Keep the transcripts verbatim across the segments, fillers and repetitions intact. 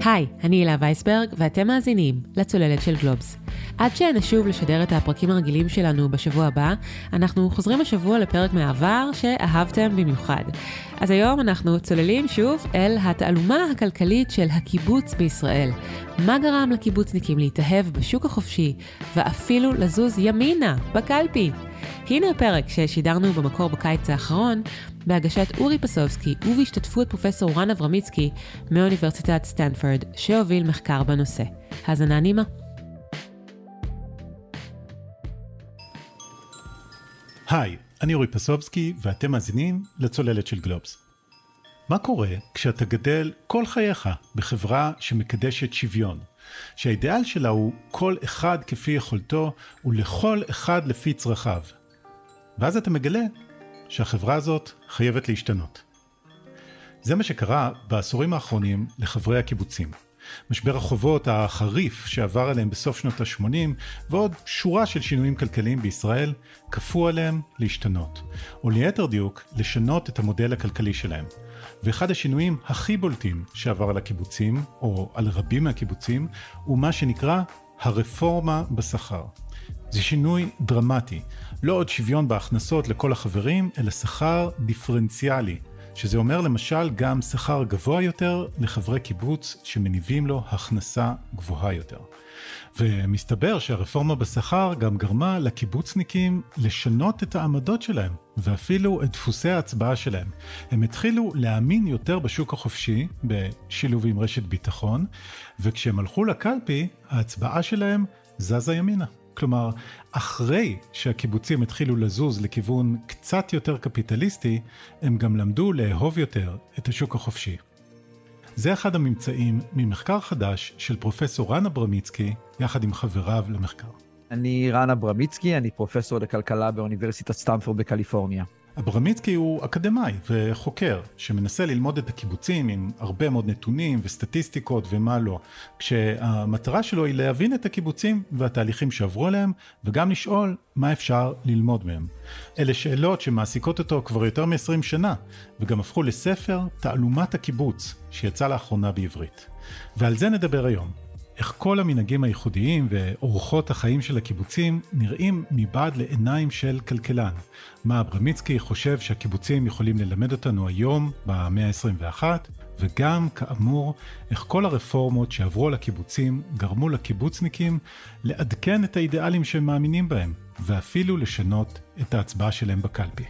היי, אני הילה וייסברג, ואתם מאזינים לצוללת של גלובס. עד שנשוב לשדר את הפרקים הרגילים שלנו בשבוע הבא, אנחנו חוזרים השבוע לפרק מהעבר שאהבתם במיוחד. אז היום אנחנו צוללים שוב אל התעלומה הכלכלית של הקיבוץ בישראל. מה גרם לקיבוצניקים להתאהב בשוק החופשי, ואפילו לזוז ימינה בקלפי? הנה הפרק ששידרנו במקור בקיץ האחרון, בהגשת אורי פסובסקי ובהשתתפות פרופסור רן אברמיצקי מאוניברסיטת סטנפורד, שהוביל מחקר בנושא. האזנה נעימה. היי, אני אורי פסובסקי ואתם מאזינים לצוללת של גלובס. מה קורה כשאתה גדל כל חייך בחברה שמקדשת שוויון, שהאידאל שלה הוא כל אחד כפי יכולתו ולכל אחד לפי צרכיו? ואז אתה מגלה שהחברה הזאת חייבת להשתנות. זה מה שקרה בעשורים האחרונים לחברי הקיבוצים. משבר החובות החריף שעבר עליהם בסוף שנות ה-שמונים ועוד שורה של שינויים כלכליים בישראל כפו עליהם להשתנות, או ליתר דיוק לשנות את המודל הכלכלי שלהם. ואחד השינויים הכי בולטים שעבר על הקיבוצים, או על רבים מהקיבוצים, הוא מה שנקרא הרפורמה בשכר. זה שינוי דרמטי, לא עוד שוויון בהכנסות לכל החברים, אלא שכר דיפרנציאלי, שזה אומר למשל גם שכר גבוה יותר לחברי קיבוץ שמניבים לו הכנסה גבוהה יותר. ומסתבר שהרפורמה בשכר גם גרמה לקיבוצניקים לשנות את העמדות שלהם, ואפילו את דפוסי ההצבעה שלהם. הם התחילו להאמין יותר בשוק החופשי, בשילוב עם רשת ביטחון, וכשהם הלכו לקלפי, ההצבעה שלהם זזה ימינה. כלומר, אחרי שהקיבוצים התחילו לזוז לכיוון קצת יותר קפיטליסטי, הם גם למדו לאהוב יותר את השוק החופשי. זה אחד הממצאים ממחקר חדש של פרופסור רן אברמיצקי, יחד עם חבריו למחקר. אני רן אברמיצקי, אני פרופסור לכלכלה באוניברסיטת סטנפורד בקליפורניה. אברמיצקי הוא אקדמאי וחוקר שמנסה ללמוד את הקיבוצים עם הרבה מאוד נתונים וסטטיסטיקות ומה לא, כשהמטרה שלו היא להבין את הקיבוצים והתהליכים שעברו עליהם, וגם לשאול מה אפשר ללמוד מהם. אלה שאלות שמעסיקות אותו כבר יותר מ-עשרים שנה, וגם הפכו לספר תעלומת הקיבוץ שיצא לאחרונה בעברית. ועל זה נדבר היום. איך כל המנהגים הייחודיים ואורחות החיים של הקיבוצים נראים מבעד לעיניים של כלכלן. מה אברמיצקי חושב שהקיבוצים יכולים ללמד אותנו היום במאה ה-עשרים ואחת, וגם כאמור איך כל הרפורמות שעברו על הקיבוצים גרמו לקיבוצניקים לעדכן את האידיאלים שהם מאמינים בהם, ואפילו לשנות את ההצבעה שלהם בקלפי.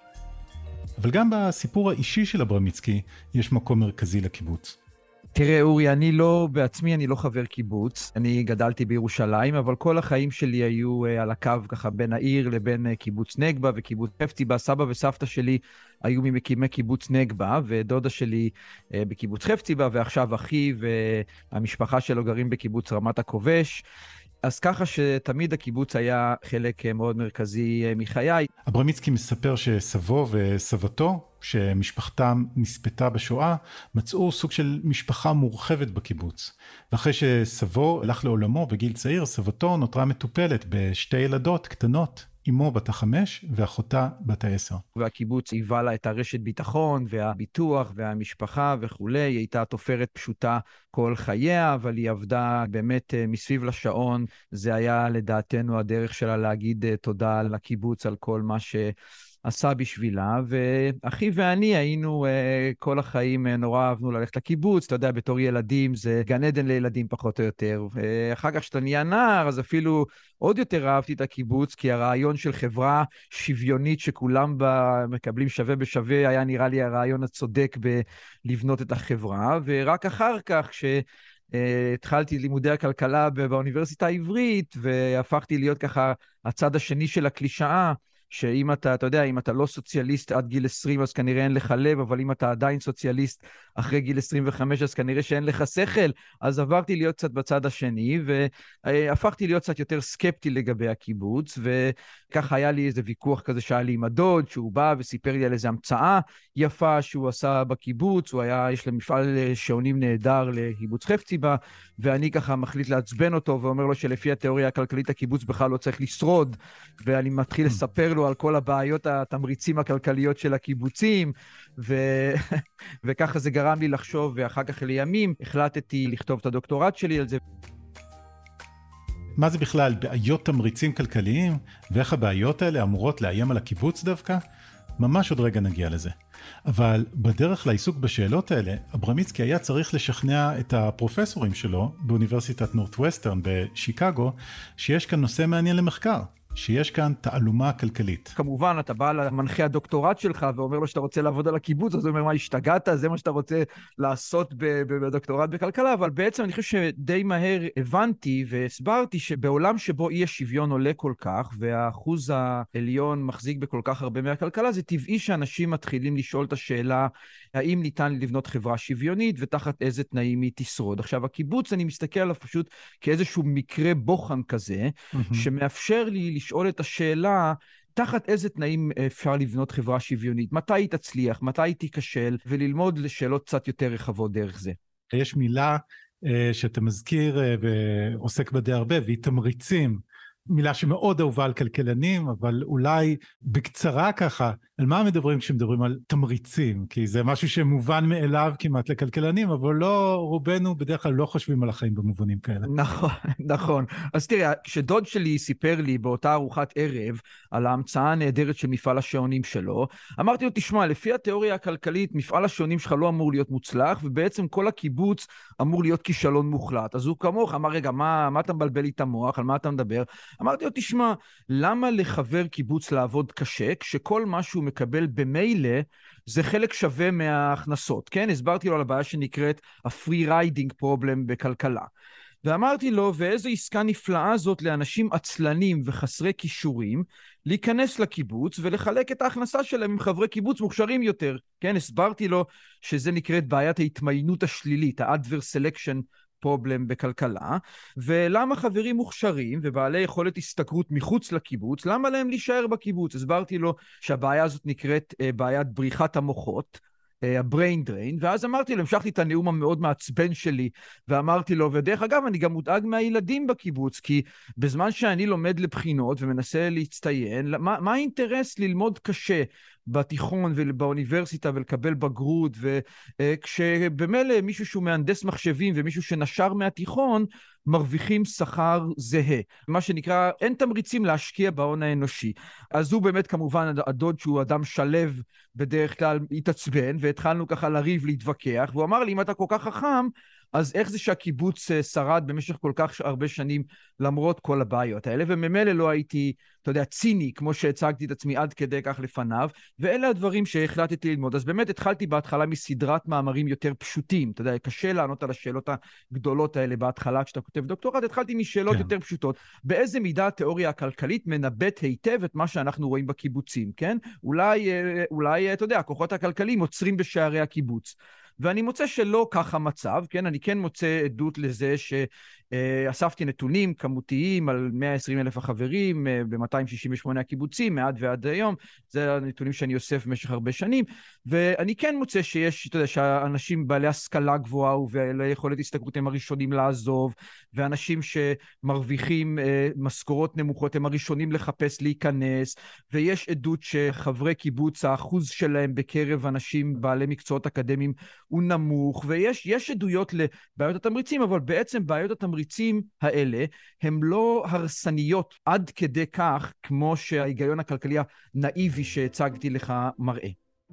אבל גם בסיפור האישי של אברמיצקי יש מקום מרכזי לקיבוץ. תראה אורי, אני לא, בעצמי אני לא חבר קיבוץ, אני גדלתי בירושלים, אבל כל החיים שלי היו uh, על הקו ככה בין העיר לבין uh, קיבוץ נגבה וקיבוץ חפציבה. סבא וסבתא שלי היו ממקימי קיבוץ נגבה, ודודה שלי uh, בקיבוץ חפציבה, ועכשיו אחי והמשפחה שלו גרים בקיבוץ רמת הכובש. אז ככה שתמיד הקיבוץ היה חלק מאוד מרכזי מחיי. אברמיצקי מספר שסבו וסבתו, שמשפחתם נספתה בשואה, מצאו סוג של משפחה מורחבת בקיבוץ. ואחרי שסבו הלך לעולמו בגיל צעיר, סבתו נותרה מטופלת בשתי ילדות קטנות, אמו בת החמש ואחותה בת העשר. והקיבוץ היווה לה את הרשת ביטחון והביטוח והמשפחה וכו'. היא הייתה תופרת פשוטה כל חייה, אבל היא עבדה באמת מסביב לשעון. זה היה לדעתנו הדרך שלה להגיד תודה לקיבוץ על כל מה ש... עשה בשבילה, ואחי ואני היינו uh, כל החיים uh, נורא אהבנו ללכת לקיבוץ, אתה יודע, בתור ילדים זה גן עדן לילדים פחות או יותר, ואחר כך שאתה נהיה נער, אז אפילו עוד יותר אהבתי את הקיבוץ, כי הרעיון של חברה שוויונית שכולם בה מקבלים שווה בשווה, היה נראה לי הרעיון הצודק בלבנות את החברה, ורק אחר כך ש... Uh, התחלתי לימודי הכלכלה באוניברסיטה העברית, והפכתי להיות ככה הצד השני של הקלישאה, שאם אתה, אתה יודע, אם אתה לא סוציאליסט עד גיל עשרים, אז כנראה אין לך לב, אבל אם אתה עדיין סוציאליסט אחרי גיל עשרים וחמש, אז כנראה שאין לך שכל. אז עברתי להיות קצת בצד השני, והפכתי להיות קצת יותר סקפטי לגבי הקיבוץ, וככה היה לי איזה ויכוח כזה שהיה לי עם הדוד, שהוא בא וסיפר לי על איזו המצאה יפה שהוא עשה בקיבוץ, הוא היה, יש למפעל שעונים נהדר לקיבוץ חפציבה, ואני ככה מחליט לעצבן אותו, ואומר לו שלפי התיאוריה הכלכלית הקיבוץ בכלל לא צריך לשרוד, ואני מתחיל לספר לו על כל הבעיות התמריצים הכלכליות של הקיבוצים, ו... וככה זה גרם לי לחשוב, ואחר כך לימים החלטתי לכתוב את הדוקטורט שלי על זה. מה זה בכלל בעיות תמריצים כלכליים, ואיך הבעיות האלה אמורות לאיים על הקיבוץ דווקא? ממש עוד רגע נגיע לזה. אבל בדרך לעיסוק בשאלות האלה, אברמיצקי היה צריך לשכנע את הפרופסורים שלו באוניברסיטת נורת'ווסטרן בשיקגו, שיש כאן נושא מעניין למחקר, שיש כאן תעלומה כלכלית. כמובן, אתה בא למנחה הדוקטורט שלך ואומר לו שאתה רוצה לעבוד על הקיבוץ, אז הוא אומר, מה, השתגעת? זה מה שאתה רוצה לעשות בדוקטורט בכלכלה, אבל בעצם אני חושב שדי מהר הבנתי והסברתי שבעולם שבו אי השוויון עולה כל כך, והאחוז העליון מחזיק בכל כך הרבה מהכלכלה, זה טבעי שאנשים מתחילים לשאול את השאלה, האם ניתן לבנות חברה שוויונית ותחת איזה תנאים היא תשרוד. עכשיו, הקיבוץ, אני מסתכל עליו פשוט כאיזשהו מקרה בוחן כזה, mm-hmm. שמאפשר לי לשאול את השאלה, תחת איזה תנאים אפשר לבנות חברה שוויונית, מתי היא תצליח, מתי היא תיכשל, וללמוד לשאלות קצת יותר רחבות דרך זה. יש מילה שאתה מזכיר ועוסק בה די הרבה, והיא תמריצים. מילה שמאוד אהובה על כלכלנים, אבל אולי בקצרה ככה, על מה מדברים כשמדברים על תמריצים? כי זה משהו שמובן מאליו כמעט לכלכלנים, אבל לא, רובנו בדרך כלל לא חושבים על החיים במובנים כאלה. נכון, נכון. אז תראה, כשדוד שלי סיפר לי באותה ארוחת ערב, על ההמצאה הנהדרת של מפעל השעונים שלו, אמרתי לו, תשמע, לפי התיאוריה הכלכלית, מפעל השעונים שלך לא אמור להיות מוצלח, ובעצם כל הקיבוץ אמור להיות כישלון מוחלט. אז הוא כמוך אמר, רגע, מה, מה אתה מבלבל לי את המוח? על מה אתה מדבר? אמרתי לו, תשמע, למה לחבר קיבוץ לעבוד קשה, כשכל מה שהוא מקבל במילא, זה חלק שווה מההכנסות, כן? הסברתי לו על הבעיה שנקראת ה-free riding problem בכלכלה. ואמרתי לו, ואיזו עסקה נפלאה זאת לאנשים עצלנים וחסרי כישורים, להיכנס לקיבוץ ולחלק את ההכנסה שלהם עם חברי קיבוץ מוכשרים יותר. כן, הסברתי לו שזה נקראת בעיית ההתמיינות השלילית, ה-adverse selection פרובלם בכלכלה, ולמה חברים מוכשרים ובעלי יכולת הסתכרות מחוץ לקיבוץ, למה להם להישאר בקיבוץ? הסברתי לו שהבעיה הזאת נקראת uh, בעיית בריחת המוחות, ה-brain drain, ואז אמרתי לו, המשכתי את הנאום המאוד מעצבן שלי, ואמרתי לו, ודרך אגב, אני גם מודאג מהילדים בקיבוץ, כי בזמן שאני לומד לבחינות ומנסה להצטיין, מה, מה האינטרס ללמוד קשה בתיכון ובאוניברסיטה ולקבל בגרות, וכשבמילא מישהו שהוא מהנדס מחשבים ומישהו שנשר מהתיכון, מרוויחים שכר זהה. מה שנקרא, אין תמריצים להשקיע בהון האנושי. אז הוא באמת כמובן, הדוד שהוא אדם שלב בדרך כלל התעצבן, והתחלנו ככה לריב להתווכח, והוא אמר לי, אם אתה כל כך חכם, אז איך זה שהקיבוץ שרד במשך כל כך הרבה שנים למרות כל הבעיות האלה, וממילא לא הייתי, אתה יודע, ציני, כמו שהצגתי את עצמי עד כדי כך לפניו, ואלה הדברים שהחלטתי ללמוד. אז באמת התחלתי בהתחלה מסדרת מאמרים יותר פשוטים, אתה יודע, קשה לענות על השאלות הגדולות האלה בהתחלה כשאתה כותב דוקטורט, התחלתי משאלות כן. יותר פשוטות. באיזה מידה התיאוריה הכלכלית מנבט היטב את מה שאנחנו רואים בקיבוצים, כן? אולי, אולי, אתה יודע, הכוחות הכלכליים עוצרים בשערי הקיבוץ. ואני מוצא שלא ככה מצב, כן? אני כן מוצא עדות לזה שאספתי נתונים כמותיים על מאה ועשרים אלף החברים ב-מאתיים שישים ושמונה הקיבוצים, מעד ועד היום, זה הנתונים שאני אוסף במשך הרבה שנים, ואני כן מוצא שיש, אתה יודע, שאנשים בעלי השכלה גבוהה ובעלי יכולת הסתכלות הם הראשונים לעזוב, ואנשים שמרוויחים משכורות נמוכות הם הראשונים לחפש להיכנס, ויש עדות שחברי קיבוץ, האחוז שלהם בקרב אנשים בעלי מקצועות אקדמיים הוא נמוך, ויש יש עדויות לבעיות התמריצים, אבל בעצם בעיות התמריצים האלה הם לא הרסניות עד כדי כך, כמו שההיגיון הכלכלי הנאיבי שהצגתי לך מראה.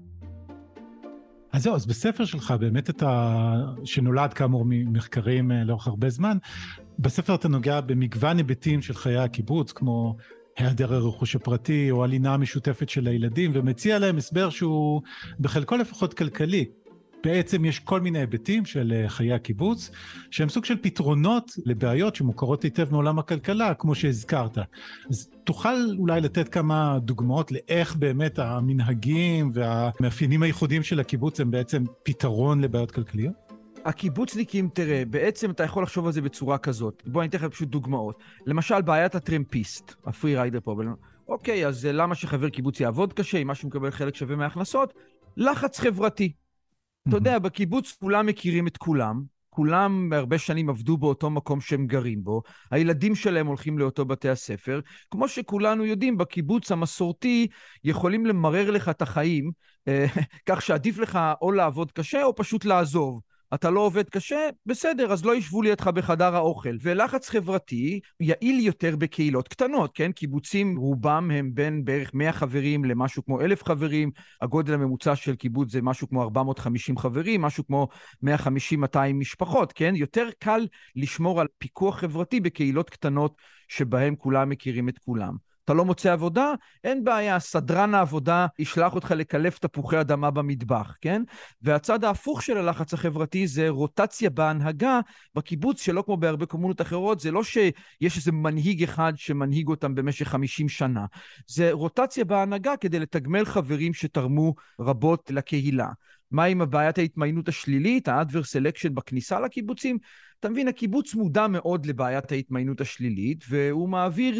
אז זהו, אז בספר שלך באמת אתה, שנולד כאמור ממחקרים לאורך הרבה זמן, בספר אתה נוגע במגוון היבטים של חיי הקיבוץ, כמו היעדר הרכוש הפרטי או הלינה המשותפת של הילדים, ומציע להם הסבר שהוא בחלקו לפחות כלכלי. בעצם יש כל מיני היבטים של חיי הקיבוץ, שהם סוג של פתרונות לבעיות שמוכרות היטב מעולם הכלכלה, כמו שהזכרת. אז תוכל אולי לתת כמה דוגמאות לאיך באמת המנהגים והמאפיינים הייחודיים של הקיבוץ הם בעצם פתרון לבעיות כלכליות? הקיבוצניקים, תראה, בעצם אתה יכול לחשוב על זה בצורה כזאת. בוא אני אתן לך פשוט דוגמאות. למשל, בעיית הטרמפיסט, ה-free rider problem. אוקיי, אז למה שחבר קיבוץ יעבוד קשה, אם משהו מקבל חלק שווה מההכנסות? לחץ חברתי. אתה יודע, בקיבוץ כולם מכירים את כולם, כולם הרבה שנים עבדו באותו מקום שהם גרים בו, הילדים שלהם הולכים לאותו בתי הספר, כמו שכולנו יודעים, בקיבוץ המסורתי יכולים למרר לך את החיים, כך שעדיף לך או לעבוד קשה או פשוט לעזוב. אתה לא עובד קשה, בסדר, אז לא ישבו לידך בחדר האוכל. ולחץ חברתי יעיל יותר בקהילות קטנות, כן? קיבוצים רובם הם בין בערך מאה חברים למשהו כמו אלף חברים, הגודל הממוצע של קיבוץ זה משהו כמו ארבע מאות וחמישים חברים, משהו כמו מאה וחמישים עד מאתיים משפחות, כן? יותר קל לשמור על פיקוח חברתי בקהילות קטנות שבהם כולם מכירים את כולם. אתה לא מוצא עבודה, אין בעיה, סדרן העבודה ישלח אותך לקלף תפוחי אדמה במטבח, כן? והצד ההפוך של הלחץ החברתי זה רוטציה בהנהגה בקיבוץ, שלא כמו בהרבה קומונות אחרות, זה לא שיש איזה מנהיג אחד שמנהיג אותם במשך חמישים שנה, זה רוטציה בהנהגה כדי לתגמל חברים שתרמו רבות לקהילה. מה עם הבעיית ההתמיינות השלילית, ה-adverse selection בכניסה לקיבוצים? אתה מבין, הקיבוץ מודע מאוד לבעיית ההתמיינות השלילית, והוא מעביר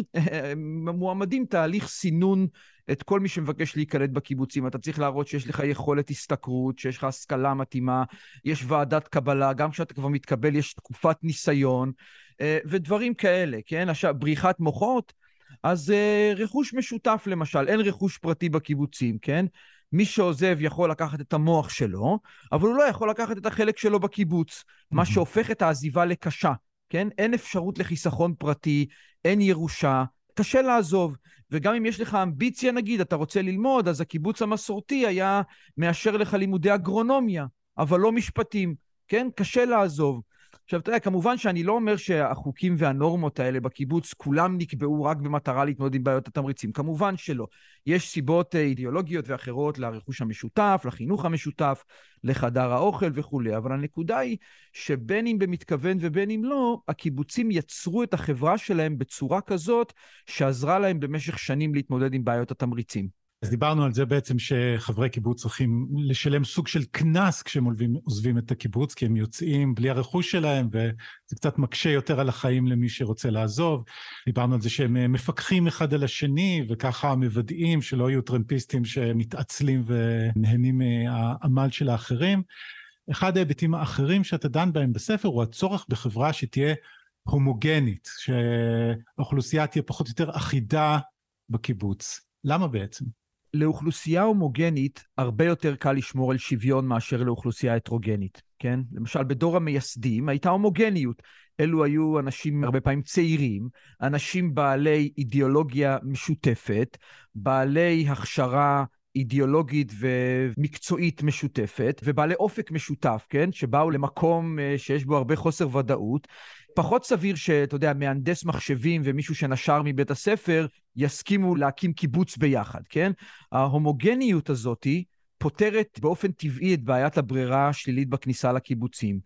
מועמדים תהליך סינון את כל מי שמבקש להיקלט בקיבוצים. אתה צריך להראות שיש לך יכולת הסתכרות, שיש לך השכלה מתאימה, יש ועדת קבלה, גם כשאתה כבר מתקבל יש תקופת ניסיון, ודברים כאלה, כן? עכשיו, בריחת מוחות, אז רכוש משותף למשל, אין רכוש פרטי בקיבוצים, כן? מי שעוזב יכול לקחת את המוח שלו, אבל הוא לא יכול לקחת את החלק שלו בקיבוץ, מה שהופך את העזיבה לקשה, כן? אין אפשרות לחיסכון פרטי, אין ירושה, קשה לעזוב, וגם אם יש לך אמביציה נגיד, אתה רוצה ללמוד, אז הקיבוץ המסורתי היה מאשר לך לימודי אגרונומיה, אבל לא משפטים, כן? קשה לעזוב. עכשיו, אתה יודע, כמובן שאני לא אומר שהחוקים והנורמות האלה בקיבוץ, כולם נקבעו רק במטרה להתמודד עם בעיות התמריצים. כמובן שלא. יש סיבות אידיאולוגיות ואחרות לרכוש המשותף, לחינוך המשותף, לחדר האוכל וכו'. אבל הנקודה היא שבין אם במתכוון ובין אם לא, הקיבוצים יצרו את החברה שלהם בצורה כזאת, שעזרה להם במשך שנים להתמודד עם בעיות התמריצים. אז דיברנו על זה בעצם שחברי קיבוץ צריכים לשלם סוג של כנס כשהם עוזבים את הקיבוץ, כי הם יוצאים בלי הרכוש שלהם, וזה קצת מקשה יותר על החיים למי שרוצה לעזוב. דיברנו על זה שהם מפקחים אחד על השני, וככה מוודאים שלא יהיו טרמפיסטים שמתעצלים ונהנים מהעמל של האחרים. אחד ההיבטים האחרים שאתה דן בהם בספר הוא הצורך בחברה שתהיה הומוגנית, שהאוכלוסייה תהיה פחות או יותר אחידה בקיבוץ. למה בעצם? לאוכלוסייה הומוגנית הרבה יותר קל לשמור על שוויון מאשר לאוכלוסייה הטרוגנית, כן? למשל בדור המייסדים הייתה הומוגניות. אלו היו אנשים הרבה פעמים צעירים, אנשים בעלי אידיאולוגיה משותפת, בעלי הכשרה אידיאולוגית ומקצועית משותפת, ובעלי אופק משותף, כן? שבאו למקום שיש בו הרבה חוסר ודאות. פחות סביר שאתה יודע, מהנדס מחשבים ומישהו שנשר מבית הספר יסכימו להקים קיבוץ ביחד, כן? ההומוגניות הזאת פותרת באופן טבעי את בעיית הברירה השלילית בכניסה לקיבוצים.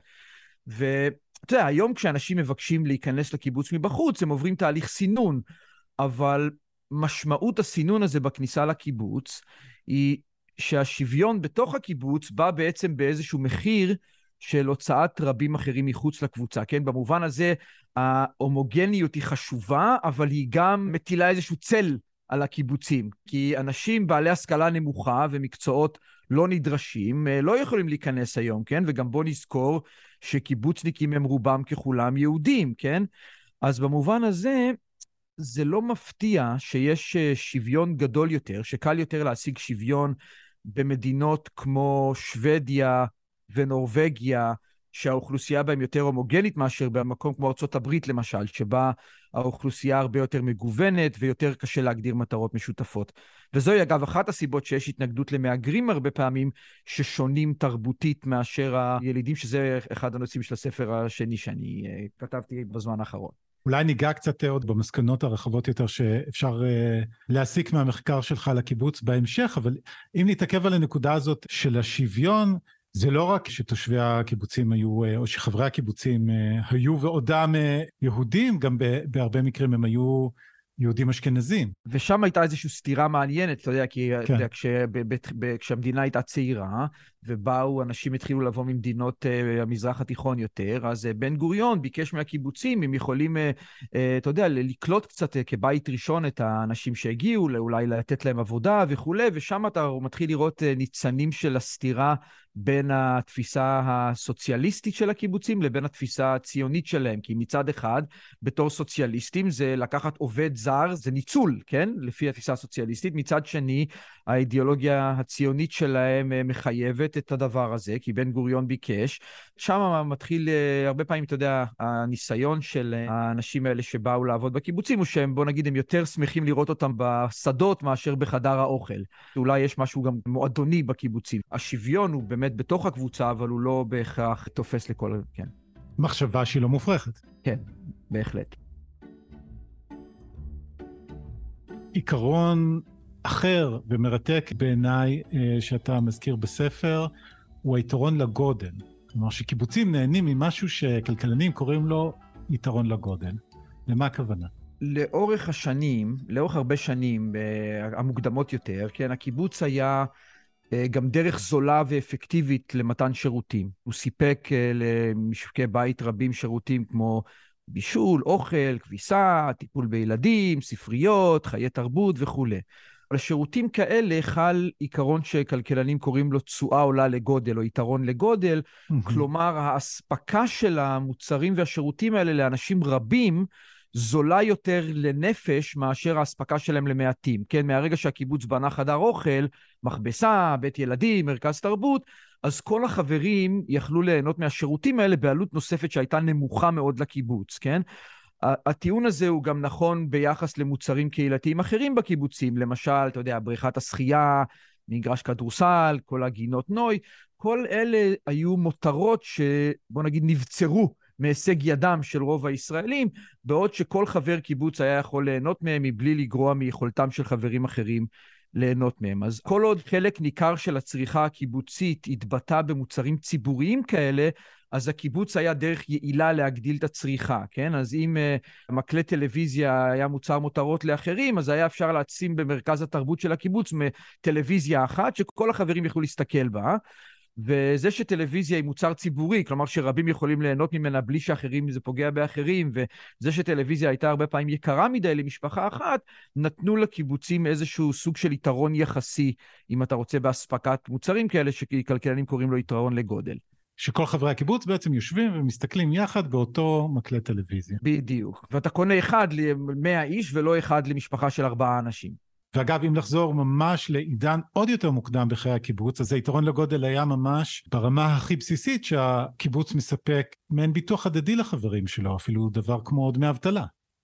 ואתה יודע, היום כשאנשים מבקשים להיכנס לקיבוץ מבחוץ, הם עוברים תהליך סינון, אבל משמעות הסינון הזה בכניסה לקיבוץ היא שהשוויון בתוך הקיבוץ בא בעצם באיזשהו מחיר של הוצאת רבים אחרים מחוץ לקבוצה, כן? במובן הזה ההומוגניות היא חשובה, אבל היא גם מטילה איזשהו צל על הקיבוצים, כי אנשים בעלי השכלה נמוכה ומקצועות לא נדרשים, לא יכולים להיכנס היום, כן? וגם בוא נזכור שקיבוצניקים הם רובם ככולם יהודים, כן? אז במובן הזה, זה לא מפתיע שיש שוויון גדול יותר, שקל יותר להשיג שוויון במדינות כמו שוודיה ונורווגיה, שהאוכלוסייה בהם יותר הומוגנית מאשר במקום כמו ארצות הברית למשל, שבה האוכלוסייה הרבה יותר מגוונת ויותר קשה להגדיר מטרות משותפות. וזוהי אגב אחת הסיבות שיש התנגדות למהגרים הרבה פעמים ששונים תרבותית מאשר הילידים, שזה אחד הנושאים של הספר השני שאני uh, כתבתי בזמן האחרון. אולי ניגע קצת עוד במסקנות הרחבות יותר שאפשר uh, להסיק מהמחקר שלך לקיבוץ בהמשך, אבל אם נתעכב על הנקודה הזאת של השוויון, זה לא רק שתושבי הקיבוצים היו, או שחברי הקיבוצים היו ועודם יהודים, גם בהרבה מקרים הם היו יהודים אשכנזים. ושם הייתה איזושהי סתירה מעניינת, אתה יודע, כי כן. אתה יודע, כשב, כשהמדינה הייתה צעירה, ובאו אנשים התחילו לבוא ממדינות uh, המזרח התיכון יותר, אז uh, בן גוריון ביקש מהקיבוצים, הם יכולים, uh, uh, אתה יודע, לקלוט קצת uh, כבית ראשון את האנשים שהגיעו, אולי לתת להם עבודה וכו', ושם אתה מתחיל לראות uh, ניצנים של הסתירה בין התפיסה הסוציאליסטית של הקיבוצים לבין התפיסה הציונית שלהם. כי מצד אחד, בתור סוציאליסטים זה לקחת עובד זר, זה ניצול, כן? לפי התפיסה הסוציאליסטית. מצד שני, האידיאולוגיה הציונית שלהם מחייבת את הדבר הזה, כי בן גוריון ביקש. שם מתחיל הרבה פעמים, אתה יודע, הניסיון של האנשים האלה שבאו לעבוד בקיבוצים, הוא שהם, בוא נגיד, הם יותר שמחים לראות אותם בשדות מאשר בחדר האוכל. אולי יש משהו גם מועדוני בקיבוצים. השוויון הוא באמת בתוך הקבוצה, אבל הוא לא בהכרח תופס לכל... כן. מחשבה שהיא לא מופרכת. כן, בהחלט. עיקרון אחר ומרתק בעיניי שאתה מזכיר בספר, הוא היתרון לגודל. כלומר שקיבוצים נהנים ממשהו שכלכלנים קוראים לו יתרון לגודל. למה הכוונה? לאורך השנים, לאורך הרבה שנים, המוקדמות יותר, כן, הקיבוץ היה גם דרך זולה ואפקטיבית למתן שירותים. הוא סיפק למשקי בית רבים שירותים כמו בישול, אוכל, כביסה, טיפול בילדים, ספריות, חיי תרבות וכו'. על שירותים כאלה חל עיקרון שכלכלנים קוראים לו תשואה עולה לגודל או יתרון לגודל, כלומר האספקה של המוצרים והשירותים האלה לאנשים רבים זולה יותר לנפש מאשר האספקה שלהם למעטים. כן, מהרגע שהקיבוץ בנה חדר אוכל, מכבסה, בית ילדים, מרכז תרבות, אז כל החברים יכלו ליהנות מהשירותים האלה בעלות נוספת שהייתה נמוכה מאוד לקיבוץ, כן? הטיעון הזה הוא גם נכון ביחס למוצרים קהילתיים אחרים בקיבוצים, למשל, אתה יודע, בריכת השחייה, מגרש כדורסל, כל הגינות נוי, כל אלה היו מותרות שבוא נגיד נבצרו מהישג ידם של רוב הישראלים, בעוד שכל חבר קיבוץ היה יכול ליהנות מהם מבלי לגרוע מיכולתם של חברים אחרים ליהנות מהם. אז כל עוד חלק ניכר של הצריכה הקיבוצית התבטא במוצרים ציבוריים כאלה, אז הקיבוץ היה דרך יעילה להגדיל את הצריכה, כן? אז אם uh, מקלט טלוויזיה היה מוצר מותרות לאחרים, אז היה אפשר להצים במרכז התרבות של הקיבוץ מטלוויזיה אחת, שכל החברים יכלו להסתכל בה, וזה שטלוויזיה היא מוצר ציבורי, כלומר שרבים יכולים ליהנות ממנה בלי שאחרים זה פוגע באחרים, וזה שטלוויזיה הייתה הרבה פעמים יקרה מדי למשפחה אחת, נתנו לקיבוצים איזשהו סוג של יתרון יחסי, אם אתה רוצה בהספקת מוצרים כאלה, שכלכלנים קוראים לו יתרון לגודל. שכל חברי הקיבוץ בעצם יושבים ומסתכלים יחד באותו מקלט טלוויזיה. בדיוק. ואתה קונה אחד ל-מאה איש ולא אחד למשפחה של ארבעה אנשים. ואגב, אם לחזור ממש לעידן עוד יותר מוקדם בחיי הקיבוץ, אז היתרון לגודל היה ממש ברמה הכי בסיסית שהקיבוץ מספק מעין ביטוח הדדי לחברים שלו, אפילו דבר כמו דמי אבטלה.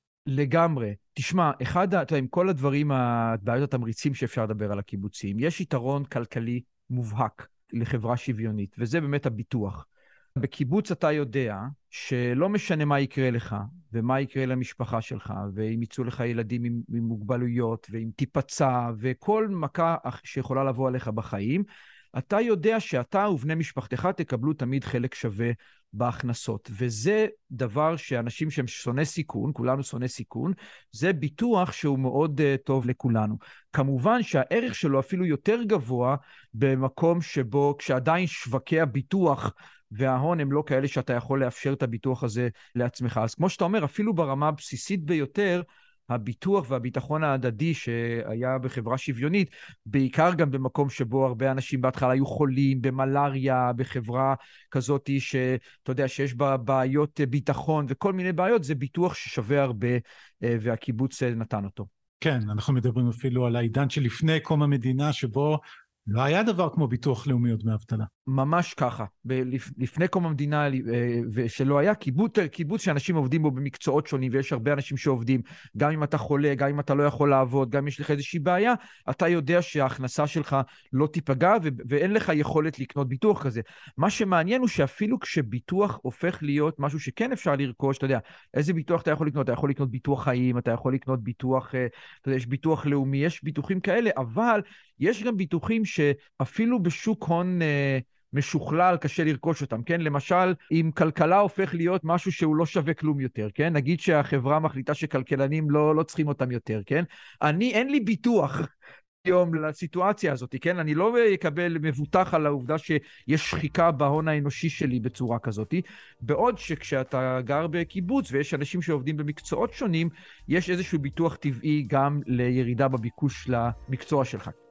לגמרי. תשמע, אחד, אתה, עם כל הדברים, הבעיות התמריצים שאפשר לדבר על הקיבוצים, יש יתרון כלכלי מובהק לחברה שוויונית, וזה באמת הביטוח. בקיבוץ אתה יודע שלא משנה מה יקרה לך, ומה יקרה למשפחה שלך, ואם יצאו לך ילדים עם, עם מוגבלויות, ואם תיפצע, וכל מכה שיכולה לבוא עליך בחיים, אתה יודע שאתה ובני משפחתך תקבלו תמיד חלק שווה בהכנסות. וזה דבר שאנשים שהם שונא סיכון, כולנו שונא סיכון, זה ביטוח שהוא מאוד uh, טוב לכולנו. כמובן שהערך שלו אפילו יותר גבוה במקום שבו, כשעדיין שווקי הביטוח וההון הם לא כאלה שאתה יכול לאפשר את הביטוח הזה לעצמך. אז כמו שאתה אומר, אפילו ברמה הבסיסית ביותר, הביטוח והביטחון ההדדי שהיה בחברה שוויונית, בעיקר גם במקום שבו הרבה אנשים בהתחלה היו חולים, במלריה, בחברה כזאת שאתה יודע שיש בה בעיות ביטחון וכל מיני בעיות, זה ביטוח ששווה הרבה והקיבוץ נתן אותו. כן, אנחנו מדברים אפילו על העידן שלפני קום המדינה שבו לא היה דבר כמו ביטוח לאומי או דמי אבטלה. ממש ככה. לפני קום המדינה, ושלא היה קיבוץ, קיבוץ שאנשים עובדים בו במקצועות שונים, ויש הרבה אנשים שעובדים, גם אם אתה חולה, גם אם אתה לא יכול לעבוד, גם אם יש לך איזושהי בעיה, אתה יודע שההכנסה שלך לא תיפגע, ואין לך יכולת לקנות ביטוח כזה. מה שמעניין הוא שאפילו כשביטוח הופך להיות משהו שכן אפשר לרכוש, אתה יודע, איזה ביטוח אתה יכול לקנות? אתה יכול לקנות ביטוח חיים, אתה יכול לקנות ביטוח, אתה יודע, יש ביטוח לאומי, יש ביטוחים כאלה, אבל יש גם ביטוחים שאפילו בשוק הון אה, משוכלל קשה לרכוש אותם, כן? למשל, אם כלכלה הופך להיות משהו שהוא לא שווה כלום יותר, כן? נגיד שהחברה מחליטה שכלכלנים לא, לא צריכים אותם יותר, כן? אני, אין לי ביטוח היום לסיטואציה הזאת, כן? אני לא אקבל מבוטח על העובדה שיש שחיקה בהון האנושי שלי בצורה כזאת, בעוד שכשאתה גר בקיבוץ ויש אנשים שעובדים במקצועות שונים, יש איזשהו ביטוח טבעי גם לירידה בביקוש למקצוע שלך.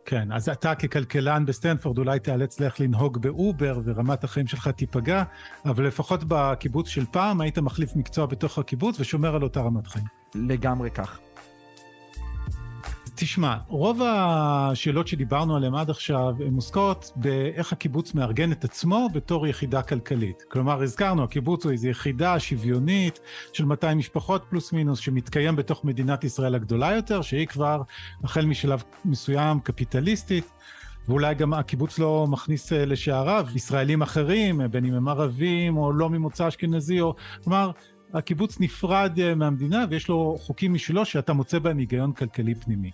כן, אז אתה ככלכלן בסטנפורד אולי תיאלץ לך לנהוג באובר ורמת החיים שלך תיפגע, אבל לפחות בקיבוץ של פעם היית מחליף מקצוע בתוך הקיבוץ ושומר על אותה רמת חיים. לגמרי כך. תשמע, רוב השאלות שדיברנו עליהן עד עכשיו הן עוסקות באיך הקיבוץ מארגן את עצמו בתור יחידה כלכלית. כלומר, הזכרנו, הקיבוץ הוא איזו יחידה שוויונית של מאתיים משפחות פלוס מינוס, שמתקיים בתוך מדינת ישראל הגדולה יותר, שהיא כבר החל משלב מסוים קפיטליסטית, ואולי גם הקיבוץ לא מכניס לשעריו ישראלים אחרים, בין אם הם ערבים או לא ממוצא אשכנזי, או כלומר, הקיבוץ נפרד מהמדינה ויש לו חוקים משלו שאתה מוצא בהם היגיון כלכלי פנימי.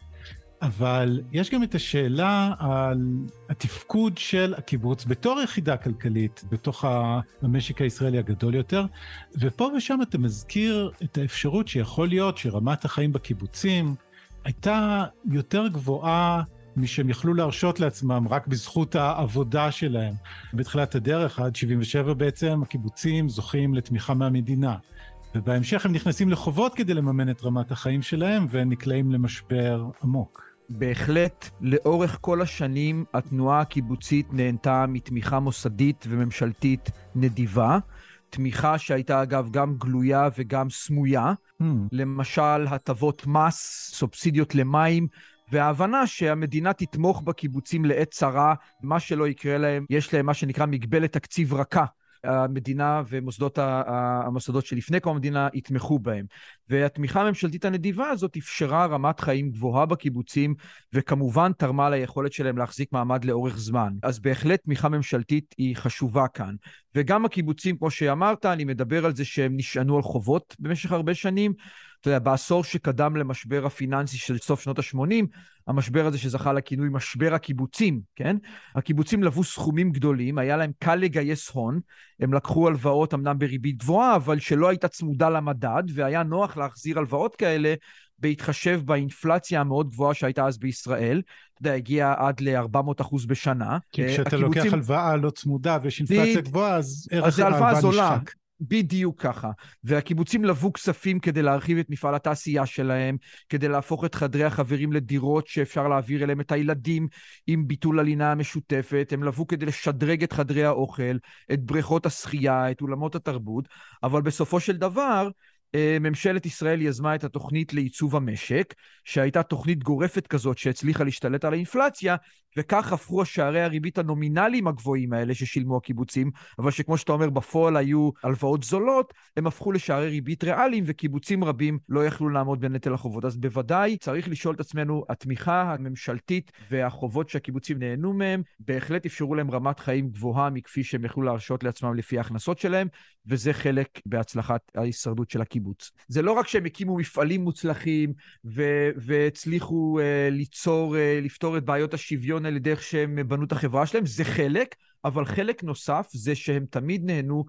אבל יש גם את השאלה על התפקוד של הקיבוץ בתור יחידה כלכלית, בתוך המשק הישראלי הגדול יותר, ופה ושם אתה מזכיר את האפשרות שיכול להיות שרמת החיים בקיבוצים הייתה יותר גבוהה משהם יכלו להרשות לעצמם רק בזכות העבודה שלהם. בתחילת הדרך, עד שבעים ושבע בעצם, הקיבוצים זוכים לתמיכה מהמדינה. ובהמשך הם נכנסים לחובות כדי לממן את רמת החיים שלהם, ונקלעים למשבר עמוק. בהחלט, לאורך כל השנים, התנועה הקיבוצית נהנתה מתמיכה מוסדית וממשלתית נדיבה. תמיכה שהייתה אגב גם גלויה וגם סמויה. Hmm. למשל, הטבות מס, סובסידיות למים, וההבנה שהמדינה תתמוך בקיבוצים לעת צרה, מה שלא יקרה להם, יש להם מה שנקרא מגבלת תקציב רכה. המדינה ומוסדות המוסדות שלפני קום המדינה יתמכו בהם. והתמיכה הממשלתית הנדיבה הזאת אפשרה רמת חיים גבוהה בקיבוצים, וכמובן תרמה ליכולת שלהם להחזיק מעמד לאורך זמן. אז בהחלט תמיכה ממשלתית היא חשובה כאן. וגם הקיבוצים, כמו שאמרת, אני מדבר על זה שהם נשענו על חובות במשך הרבה שנים. אתה יודע, בעשור שקדם למשבר הפיננסי של סוף שנות ה-שמונים, המשבר הזה שזכה לכינוי משבר הקיבוצים, כן? הקיבוצים לבו סכומים גדולים, היה להם קל לגייס הון, הם לקחו הלוואות אמנם בריבית גבוהה, אבל שלא הייתה צמודה למדד, והיה נוח להחזיר הלוואות כאלה, בהתחשב באינפלציה המאוד גבוהה שהייתה אז בישראל, אתה יודע, הגיעה עד ל-ארבע מאות אחוז בשנה. כי כשאתה לוקח הלוואה לא צמודה ויש אינפלציה גבוהה, אז ערך ההלוואה נשחק. בדיוק ככה. והקיבוצים לבו כספים כדי להרחיב את מפעל התעשייה שלהם, כדי להפוך את חדרי החברים לדירות שאפשר להעביר אליהם את הילדים עם ביטול הלינה המשותפת, הם לבו כדי לשדרג את חדרי האוכל, את בריכות השחייה, את אולמות התרבות, אבל בסופו של דבר, ממשלת ישראל יזמה את התוכנית לעיצוב המשק, שהייתה תוכנית גורפת כזאת שהצליחה להשתלט על האינפלציה, וכך הפכו שערי הריבית הנומינליים הגבוהים האלה ששילמו הקיבוצים, אבל שכמו שאתה אומר בפועל היו הלוואות זולות, הם הפכו לשערי ריבית ריאליים, וקיבוצים רבים לא יכלו לעמוד בנטל החובות. אז בוודאי צריך לשאול את עצמנו, התמיכה הממשלתית והחובות שהקיבוצים נהנו מהם, בהחלט אפשרו להם רמת חיים גבוהה מכפי שהם יכלו להרשות לעצמם לפי ההכנסות שלהם, וזה חלק בהצלחת ההישרדות של הקיבוץ. זה לא רק שהם הקימו מפעלים מוצלחים ו- והצליחו uh, ליצור, uh, לפתור את בעיות השוויון על ידי איך שהם בנו את החברה שלהם, זה חלק, אבל חלק נוסף זה שהם תמיד נהנו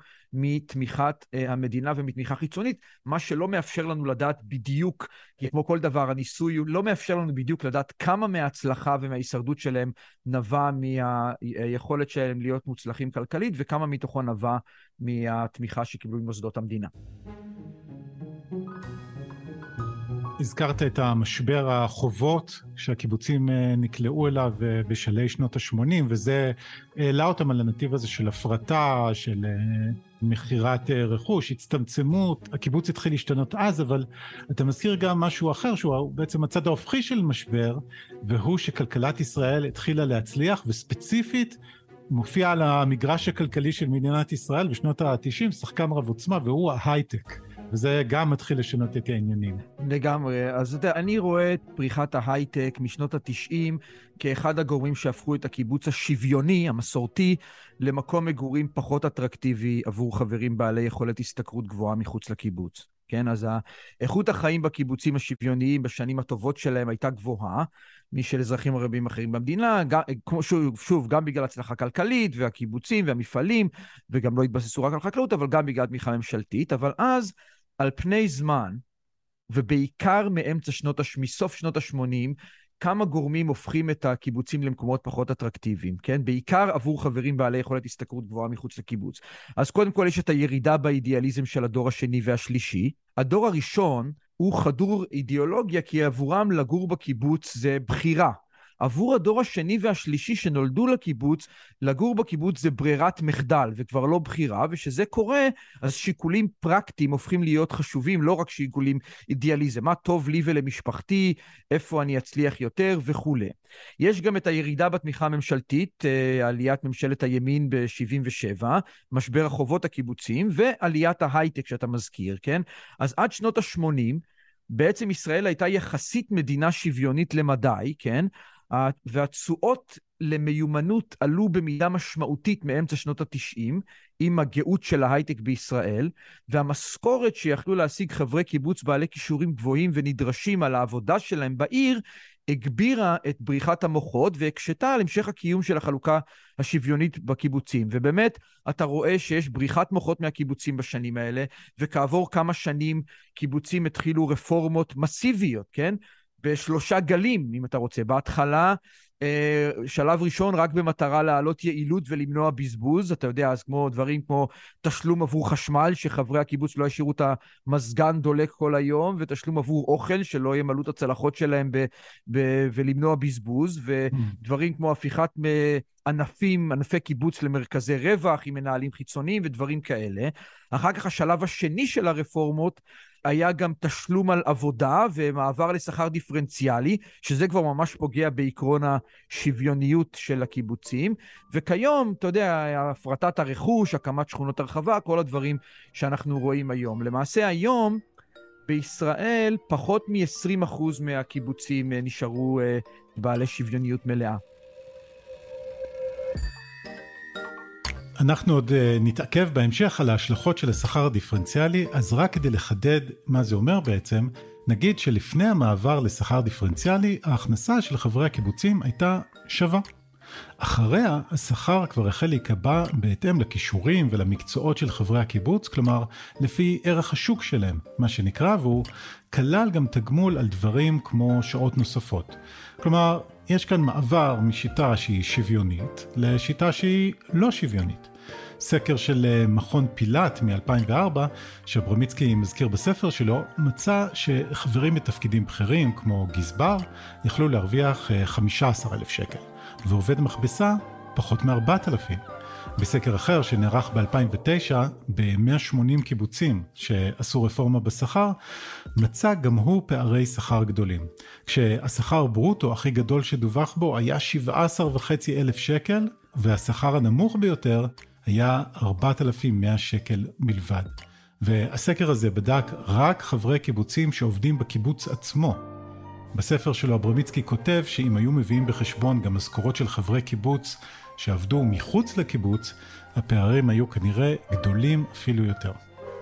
מתמיכת uh, המדינה ומתמיכה חיצונית, מה שלא מאפשר לנו לדעת בדיוק, כי כמו כל דבר, הניסוי לא מאפשר לנו בדיוק לדעת כמה מההצלחה ומההישרדות שלהם נבע מהיכולת שלהם להיות מוצלחים כלכלית, וכמה מתוכו נבע מהתמיכה שקיבלו ממוסדות המדינה. הזכרת את המשבר החובות שהקיבוצים נקלעו אליו בשלהי שנות ה-שמונים, וזה העלה אותם על הנתיב הזה של הפרטה, של מחירת רכוש, הצטמצמות. הקיבוץ התחיל להשתנות אז, אבל אתה מזכיר גם משהו אחר, שהוא בעצם הצד ההופכי של משבר, והוא שכלכלת ישראל התחילה להצליח, וספציפית מופיע על המגרש הכלכלי של מדינת ישראל בשנות ה-תשעים, שחקן רב עוצמה, והוא ההייטק. וזה גם מתחיל לשנות את העניינים. לגמרי. אז אתה יודע, אני רואה את פריחת ההייטק משנות ה-תשעים כאחד הגורמים שהפכו את הקיבוץ השוויוני, המסורתי, למקום מגורים פחות אטרקטיבי עבור חברים בעלי יכולת השתכרות גבוהה מחוץ לקיבוץ. כן, אז איכות החיים בקיבוצים השוויוניים בשנים הטובות שלהם הייתה גבוהה, משל אזרחים רבים אחרים במדינה, גם, כמו שוב, שוב, גם בגלל הצלחה כלכלית והקיבוצים והמפעלים, וגם לא התבססו רק על חקלאות, אבל גם בגלל תמיכה ממשלתית. אבל אז, על פני זמן, ובעיקר מאמצע שנות, מסוף שנות ה-שמונים, כמה גורמים הופכים את הקיבוצים למקומות פחות אטרקטיביים, כן? בעיקר עבור חברים בעלי יכולת השתכרות גבוהה מחוץ לקיבוץ. אז קודם כל יש את הירידה באידיאליזם של הדור השני והשלישי. הדור הראשון הוא חדור אידיאולוגיה, כי עבורם לגור בקיבוץ זה בחירה. עבור הדור השני והשלישי שנולדו לקיבוץ, לגור בקיבוץ זה ברירת מחדל וכבר לא בחירה, ושזה קורה, אז שיקולים פרקטיים הופכים להיות חשובים, לא רק שיקולים אידיאליזם, מה טוב לי ולמשפחתי, איפה אני אצליח יותר וכו'. יש גם את הירידה בתמיכה הממשלתית, עליית ממשלת הימין ב-שבעים ושבע, משבר החובות הקיבוציים, ועליית ההייטק שאתה מזכיר, כן? אז עד שנות ה-שמונים, בעצם ישראל הייתה יחסית מדינה שוויונית למדי, כן? והתשואות למיומנות עלו במידה משמעותית מאמצע שנות ה-תשעים, עם הגאות של ההייטק בישראל, והמשכורת שיכלו להשיג חברי קיבוץ בעלי כישורים גבוהים ונדרשים על העבודה שלהם בעיר, הגבירה את בריחת המוחות והקשתה על המשך הקיום של החלוקה השוויונית בקיבוצים. ובאמת, אתה רואה שיש בריחת מוחות מהקיבוצים בשנים האלה, וכעבור כמה שנים קיבוצים התחילו רפורמות מסיביות, כן? בשלושה גלים, אם אתה רוצה. בהתחלה, שלב ראשון רק במטרה להעלות יעילות ולמנוע בזבוז, אתה יודע, אז כמו דברים כמו תשלום עבור חשמל, שחברי הקיבוץ לא ישאירו את המזגן דולק כל היום, ותשלום עבור אוכל, שלא ימלאו את הצלחות שלהם ב- ב- ולמנוע בזבוז, ודברים כמו הפיכת ענפים, ענפי קיבוץ למרכזי רווח, עם מנהלים חיצוניים ודברים כאלה. אחר כך השלב השני של הרפורמות, היה גם תשלום על עבודה ומעבר לשכר דיפרנציאלי, שזה כבר ממש פוגע בעקרון השוויוניות של הקיבוצים. וכיום, אתה יודע, הפרטת הרכוש, הקמת שכונות הרחבה, כל הדברים שאנחנו רואים היום. למעשה היום, בישראל, פחות מ-עשרים אחוז מהקיבוצים נשארו בעלי שוויוניות מלאה. אנחנו עוד נתעכב בהמשך על ההשלכות של השכר הדיפרנציאלי, אז רק כדי לחדד מה זה אומר בעצם, נגיד שלפני המעבר לשכר דיפרנציאלי, ההכנסה של חברי הקיבוצים הייתה שווה. אחריה, השכר כבר החל להיקבע בהתאם לכישורים ולמקצועות של חברי הקיבוץ, כלומר, לפי ערך השוק שלהם, מה שנקרא, והוא כלל גם תגמול על דברים כמו שעות נוספות. כלומר, יש כאן מעבר משיטה שהיא שוויונית לשיטה שהיא לא שוויונית. סקר של מכון פילת מ-אלפיים וארבע, שאברמיצקי מזכיר בספר שלו, מצא שחברים בתפקידים בכירים כמו גזבר יכלו להרוויח חמישה עשר אלף שקל, ועובד מכבסה פחות מ-ארבעת אלפים. בסקר אחר שנערך ב-אלפיים ותשע, ב-מאה ושמונים קיבוצים שעשו רפורמה בשכר, מצא גם הוא פערי שכר גדולים. כשהשכר ברוטו הכי גדול שדווח בו היה שבעה עשר וחצי אלף שקל, והשכר הנמוך ביותר היה ארבעת אלפים ומאה שקל מלבד. והסקר הזה בדק רק חברי קיבוצים שעובדים בקיבוץ עצמו. בספר שלו אברמיצקי כותב שאם היו מביאים בחשבון גם משכורות של חברי קיבוץ שעבדו מחוץ לקיבוץ, הפערים היו כנראה גדולים אפילו יותר.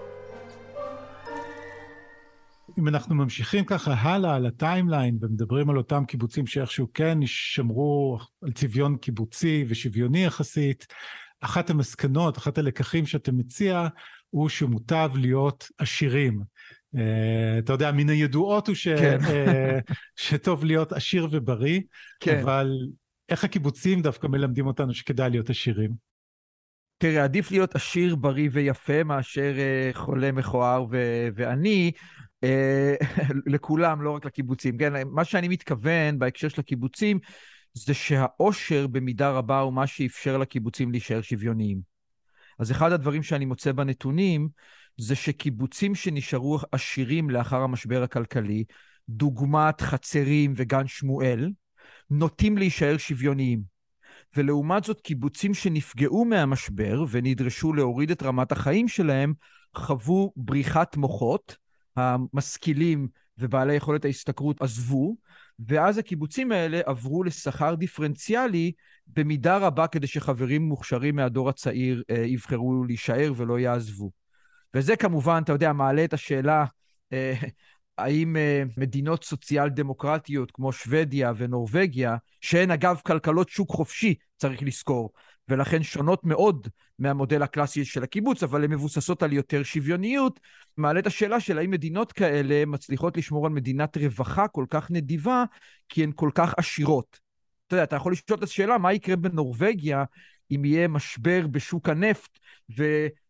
אם אנחנו ממשיכים ככה הלאה על הטיימליין ומדברים על אותם קיבוצים שאיכשהו כן נשמרו על צביון קיבוצי ושוויוני יחסית, אחת המסקנות, אחת הלקחים שאתה מציע הוא שמוטב להיות עשירים. Uh, אתה יודע, מן הידועות הוא ש, כן. uh, שטוב להיות עשיר ובריא, כן. אבל איך הקיבוצים דווקא מלמדים אותנו שכדאי להיות עשירים? תראה, עדיף להיות עשיר, בריא ויפה מאשר uh, חולה מכוער ו- ועני, uh, לכולם, לא רק לקיבוצים. כן, מה שאני מתכוון בהקשר של הקיבוצים, זה שהעושר במידה רבה הוא מה שאפשר לקיבוצים להישאר שוויוניים. אז אחד הדברים שאני מוצא בנתונים, זה שקיבוצים שנשארו עשירים לאחר המשבר הכלכלי, דוגמת חצרים וגן שמואל, נוטים להישאר שוויוניים. ולעומת זאת, קיבוצים שנפגעו מהמשבר ונדרשו להוריד את רמת החיים שלהם, חוו בריחת מוחות, המשכילים ובעלי יכולת ההשתכרות עזבו, ואז הקיבוצים האלה עברו לשכר דיפרנציאלי במידה רבה כדי שחברים מוכשרים מהדור הצעיר אה, יבחרו להישאר ולא יעזבו. וזה כמובן, אתה יודע, מעלה את השאלה, אה, האם אה, מדינות סוציאל דמוקרטיות כמו שוודיה ונורווגיה, שהן אגב כלכלות שוק חופשי, צריך לזכור, ולכן שונות מאוד מהמודל הקלאסי של הקיבוץ, אבל הן מבוססות על יותר שוויוניות, מעלה את השאלה של האם מדינות כאלה מצליחות לשמור על מדינת רווחה כל כך נדיבה, כי הן כל כך עשירות. אתה יודע, אתה יכול לשאול את השאלה, מה יקרה בנורווגיה, אם יהיה משבר בשוק הנפט, ו...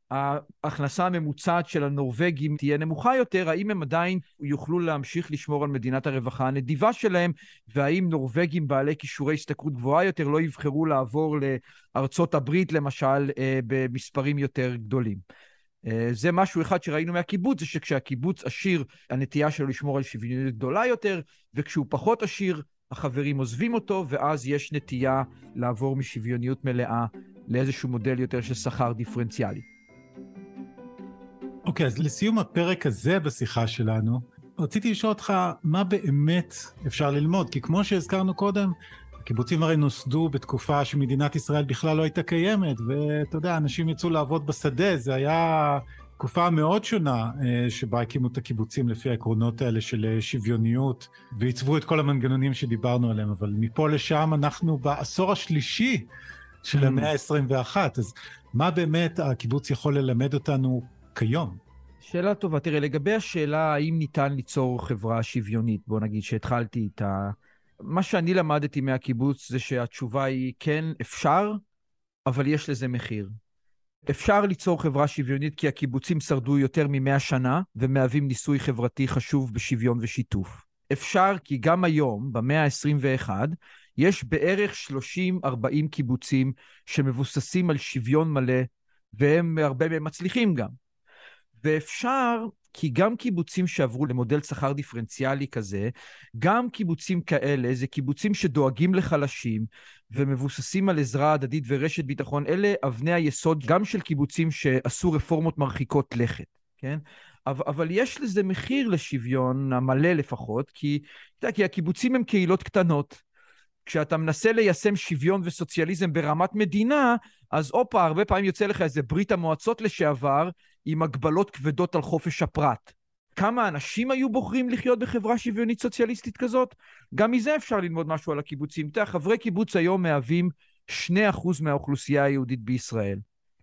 ההכנסה הממוצעת של הנורווגים תהיה נמוכה יותר, האם הם עדיין יוכלו להמשיך לשמור על מדינת הרווחה הנדיבה שלהם, והאם נורווגים בעלי כישורי השתכרות גבוהה יותר לא יבחרו לעבור לארצות הברית, למשל, במספרים יותר גדולים. זה משהו אחד שראינו מהקיבוץ, זה שכשהקיבוץ עשיר, הנטייה שלו לשמור על שוויוניות גדולה יותר, וכשהוא פחות עשיר, החברים עוזבים אותו, ואז יש נטייה לעבור משוויוניות מלאה לאיזשהו מודל יותר של שכר דיפרנציאלי. אוקיי, אז לסיום הפרק הזה בשיחה שלנו, רציתי לשאול אותך מה באמת אפשר ללמוד, כי כמו שהזכרנו קודם, הקיבוצים הרי נוסדו בתקופה שמדינת ישראל בכלל לא הייתה קיימת, ואתה יודע, אנשים יצאו לעבוד בשדה, זה היה תקופה מאוד שונה שבה הקימו את הקיבוצים לפי העקרונות האלה של שוויוניות, ועיצבו את כל המנגנונים שדיברנו עליהם, אבל מפה לשם אנחנו בעשור השלישי של המאה ה-עשרים ואחת, אז מה באמת הקיבוץ יכול ללמד אותנו כיום? שאלה טובה, תראה, לגבי השאלה האם ניתן ליצור חברה שוויונית, בוא נגיד שהתחלתי איתה, מה שאני למדתי מהקיבוץ זה שהתשובה היא כן, אפשר, אבל יש לזה מחיר. אפשר ליצור חברה שוויונית כי הקיבוצים שרדו יותר ממאה שנה ומהווים ניסוי חברתי חשוב בשוויון ושיתוף. אפשר כי גם היום, במאה ה-עשרים ואחת, יש בערך שלושים ארבעים קיבוצים שמבוססים על שוויון מלא, והם הרבה מהם מצליחים גם. ואפשר כי גם קיבוצים שעברו למודל שכר דיפרנציאלי כזה, גם קיבוצים כאלה, זה קיבוצים שדואגים לחלשים, ומבוססים על עזרה הדדית ורשת ביטחון, אלה אבני היסוד גם של קיבוצים שעשו רפורמות מרחיקות לכת, כן? אבל יש לזה מחיר לשוויון, המלא לפחות, כי, כי הקיבוצים הם קהילות קטנות. כשאתה מנסה ליישם שוויון וסוציאליזם ברמת מדינה, אז אופה, הרבה פעמים יוצא לך איזה ברית המועצות לשעבר, עם הגבלות כבדות על חופש הפרט. כמה אנשים היו בוחרים לחיות בחברה שוויונית סוציאליסטית כזאת? גם מזה אפשר ללמוד משהו על הקיבוצים. תראה, חברי קיבוץ היום מהווים שני אחוז מהאוכלוסייה היהודית בישראל.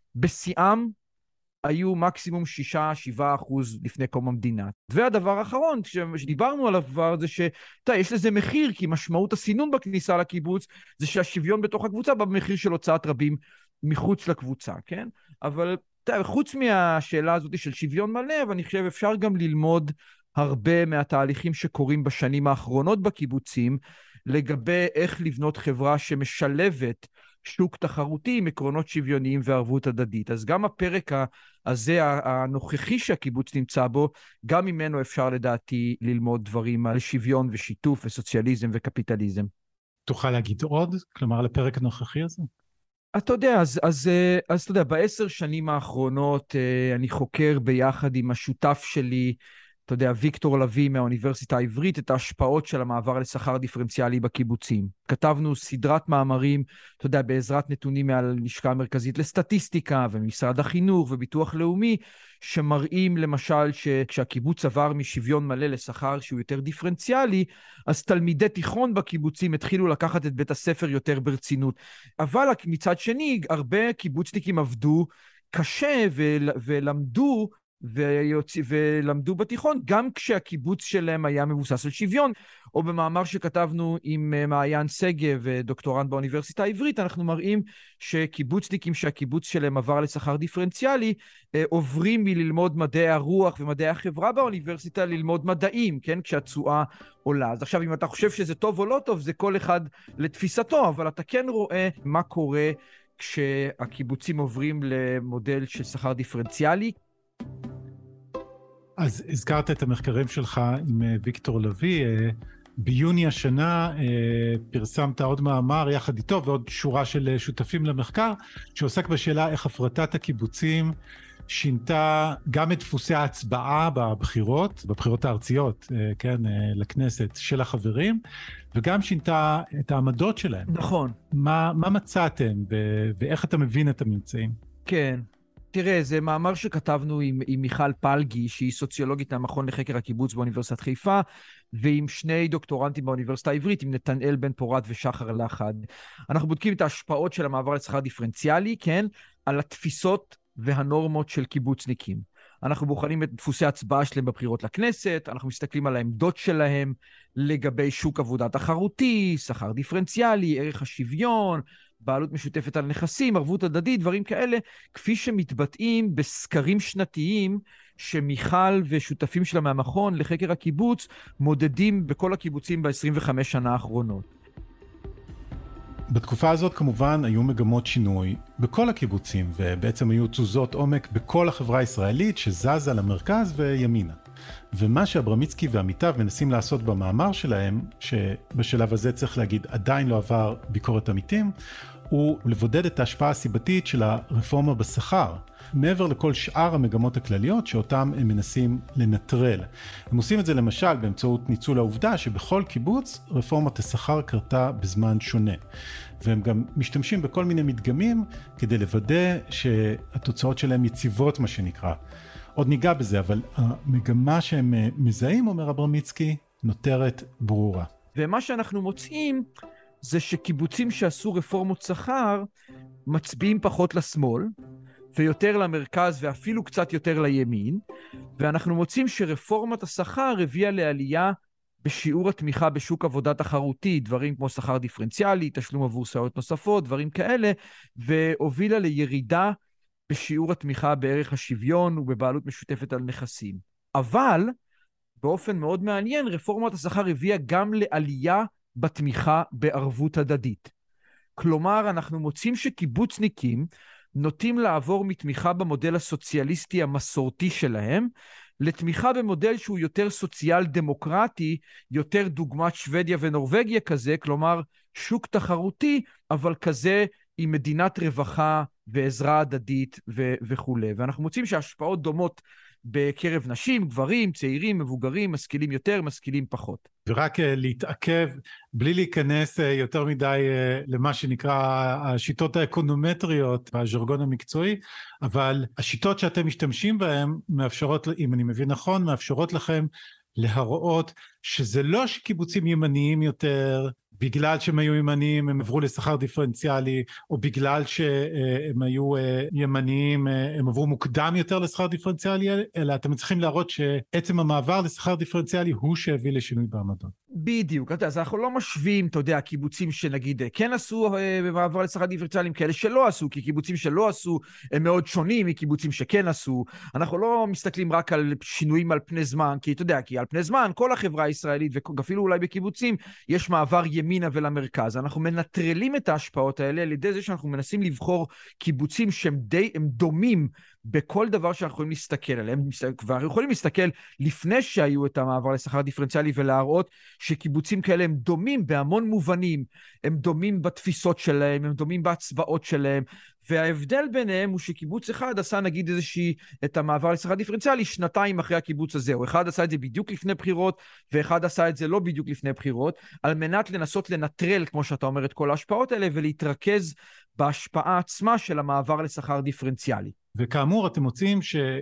בשיאם היו מקסימום שישה שבעה אחוז לפני קום המדינה. והדבר האחרון, שדיברנו עליו כבר, זה שיש לזה מחיר, כי משמעות הסינון בכניסה לקיבוץ, זה שהשוויון בתוך הקבוצה בא במחיר של הוצאת רבים מחוץ לקבוצה, כן? אבל חוץ מהשאלה הזאת של שוויון מלא, אבל אני חושב אפשר גם ללמוד הרבה מהתהליכים שקורים בשנים האחרונות בקיבוצים, לגבי איך לבנות חברה שמשלבת שוק תחרותי עם עקרונות שוויוניים וערבות הדדית. אז גם הפרק הזה, הנוכחי שהקיבוץ נמצא בו, גם ממנו אפשר לדעתי ללמוד דברים על שוויון ושיתוף וסוציאליזם וקפיטליזם. תוכל להגיד עוד? כלומר, לפרק הנוכחי הזה? אתה יודע, אז, אז, אז אתה יודע, בעשר שנים האחרונות אני חוקר ביחד עם השותף שלי, אתה יודע, ויקטור לוי מהאוניברסיטה העברית, את ההשפעות של המעבר לשכר דיפרנציאלי בקיבוצים. כתבנו סדרת מאמרים, אתה יודע, בעזרת נתונים מהלשכה המרכזית לסטטיסטיקה, ומשרד החינוך וביטוח לאומי, שמראים למשל שכשהקיבוץ עבר משוויון מלא לשכר שהוא יותר דיפרנציאלי, אז תלמידי תיכון בקיבוצים התחילו לקחת את בית הספר יותר ברצינות. אבל מצד שני, הרבה קיבוצניקים עבדו קשה ול, ולמדו, ויוצא, ולמדו בתיכון, גם כשהקיבוץ שלהם היה מבוסס על שוויון, או במאמר שכתבנו עם מעיין שגב, דוקטורנט באוניברסיטה העברית, אנחנו מראים שקיבוצניקים שהקיבוץ שלהם עבר לשכר דיפרנציאלי, עוברים מללמוד מדעי הרוח ומדעי החברה באוניברסיטה, ללמוד מדעים, כן? כשהתשואה עולה. אז עכשיו, אם אתה חושב שזה טוב או לא טוב, זה כל אחד לתפיסתו, אבל אתה כן רואה מה קורה כשהקיבוצים עוברים למודל של שכר דיפרנציאלי. אז הזכרת את המחקרים שלך עם ויקטור לוי, ביוני השנה פרסמת עוד מאמר יחד איתו ועוד שורה של שותפים למחקר, שעוסק בשאלה איך הפרטת הקיבוצים שינתה גם את דפוסי ההצבעה בבחירות, בבחירות הארציות, כן, לכנסת של החברים, וגם שינתה את העמדות שלהם. נכון. מה, מה מצאתם ואיך אתה מבין את הממצאים? כן. תראה, זה מאמר שכתבנו עם, עם מיכל פלגי, שהיא סוציולוגית מהמכון לחקר הקיבוץ באוניברסיטת חיפה, ועם שני דוקטורנטים באוניברסיטה העברית, עם נתנאל בן פורת ושחר לחד. אנחנו בודקים את ההשפעות של המעבר לשכר דיפרנציאלי, כן, על התפיסות והנורמות של קיבוצניקים. אנחנו בוחנים את דפוסי ההצבעה שלהם בבחירות לכנסת, אנחנו מסתכלים על העמדות שלהם לגבי שוק עבודה תחרותי, שכר דיפרנציאלי, ערך השוויון, בעלות משותפת על נכסים, ערבות הדדית, דברים כאלה, כפי שמתבטאים בסקרים שנתיים שמיכל ושותפים שלה מהמכון לחקר הקיבוץ מודדים בכל הקיבוצים ב-עשרים וחמש שנה האחרונות. בתקופה הזאת כמובן היו מגמות שינוי בכל הקיבוצים, ובעצם היו תזוזות עומק בכל החברה הישראלית שזזה למרכז וימינה. ומה שאברמיצקי ועמיתיו מנסים לעשות במאמר שלהם, שבשלב הזה צריך להגיד עדיין לא עבר ביקורת עמיתים, הוא לבודד את ההשפעה הסיבתית של הרפורמה בשכר, מעבר לכל שאר המגמות הכלליות שאותם הם מנסים לנטרל. הם עושים את זה למשל באמצעות ניצול העובדה שבכל קיבוץ רפורמת השכר קרתה בזמן שונה. והם גם משתמשים בכל מיני מדגמים כדי לוודא שהתוצאות שלהם יציבות מה שנקרא. עוד ניגע בזה, אבל המגמה שהם מזהים, אומר אברמיצקי, נותרת ברורה. ומה שאנחנו מוצאים זה שקיבוצים שעשו רפורמות שכר מצביעים פחות לשמאל, ויותר למרכז ואפילו קצת יותר לימין, ואנחנו מוצאים שרפורמת השכר הביאה לעלייה בשיעור התמיכה בשוק עבודה תחרותי, דברים כמו שכר דיפרנציאלי, תשלום עבור שעות נוספות, דברים כאלה, והובילה לירידה בשיעור התמיכה בערך השוויון ובבעלות משותפת על נכסים. אבל, באופן מאוד מעניין, רפורמת השכר הביאה גם לעלייה בתמיכה בערבות הדדית. כלומר, אנחנו מוצאים שקיבוצניקים נוטים לעבור מתמיכה במודל הסוציאליסטי המסורתי שלהם, לתמיכה במודל שהוא יותר סוציאל דמוקרטי, יותר דוגמת שוודיה ונורווגיה כזה, כלומר שוק תחרותי, אבל כזה עם מדינת רווחה ועזרה הדדית ו- וכו'. ואנחנו מוצאים שההשפעות דומות בקרב נשים, גברים, צעירים, מבוגרים, משכילים יותר, משכילים פחות. ורק להתעכב, בלי להיכנס יותר מדי למה שנקרא השיטות האקונומטריות והז'רגון המקצועי, אבל השיטות שאתם משתמשים בהן מאפשרות, אם אני מבין נכון, מאפשרות לכם להראות שזה לא שקיבוצים ימניים יותר, בגלל שהם היו ימניים הם עברו לשכר דיפרנציאלי, או בגלל שהם היו ימניים הם עברו מוקדם יותר לשכר דיפרנציאלי, אלא אתם צריכים להראות שעצם המעבר לשכר דיפרנציאלי הוא שהביא לשינוי בעמדות. בדיוק, אז אנחנו לא משווים, אתה יודע, קיבוצים שנגיד כן עשו במעבר לשכר דיפרנציאלי, כאלה שלא עשו, כי קיבוצים שלא עשו הם מאוד שונים מקיבוצים שכן עשו. אנחנו לא מסתכלים רק על שינויים על פני זמן, כי אתה יודע, כי על פני זמן כל החברה הישראלית, ואפילו אולי בקיבוצים, יש מעבר ימינה ולמרכז. אנחנו מנטרלים את ההשפעות האלה על ידי זה שאנחנו מנסים לבחור קיבוצים שהם די, הם דומים בכל דבר שאנחנו יכולים להסתכל עליהם, כבר יכולים להסתכל לפני שהיו את המעבר לשכר דיפרנציאלי ולהראות שקיבוצים כאלה הם דומים בהמון מובנים, הם דומים בתפיסות שלהם, הם דומים בהצבעות שלהם, וההבדל ביניהם הוא שקיבוץ אחד עשה נגיד איזושהי את המעבר לשכר דיפרנציאלי שנתיים אחרי הקיבוץ הזה, או אחד עשה את זה בדיוק לפני בחירות, ואחד עשה את זה לא בדיוק לפני בחירות, על מנת לנסות לנטרל, כמו שאתה אומר, את כל ההשפעות האלה, ולהתרכז בהשפעה עצמה של המעבר לשכר דיפרנציאלי. וכאמור, אתם מוצאים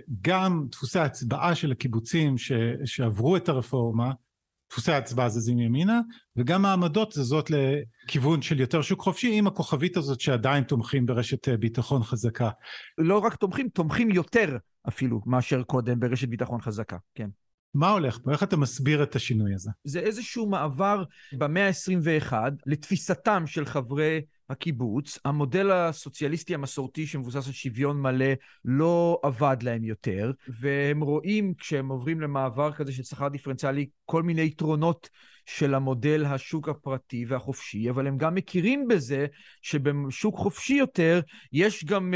שגם דפוסי ההצבעה של הקיבוצים ש... שעברו את הרפורמה, דפוסי ההצבעה זזים ימינה, וגם העמדות זזות לכיוון של יותר שוק חופשי, עם הכוכבית הזאת שעדיין תומכים ברשת ביטחון חזקה. לא רק תומכים, תומכים יותר אפילו מאשר קודם ברשת ביטחון חזקה, כן. מה הולך פה? איך אתה מסביר את השינוי הזה? זה איזשהו מעבר במאה ה-עשרים ואחת לתפיסתם של חברי הקיבוץ. המודל הסוציאליסטי המסורתי שמבוסס על שוויון מלא לא עבד להם יותר, והם רואים כשהם עוברים למעבר כזה של שכר דיפרנציאלי כל מיני יתרונות של המודל השוק הפרטי והחופשי, אבל הם גם מכירים בזה שבשוק חופשי יותר יש גם,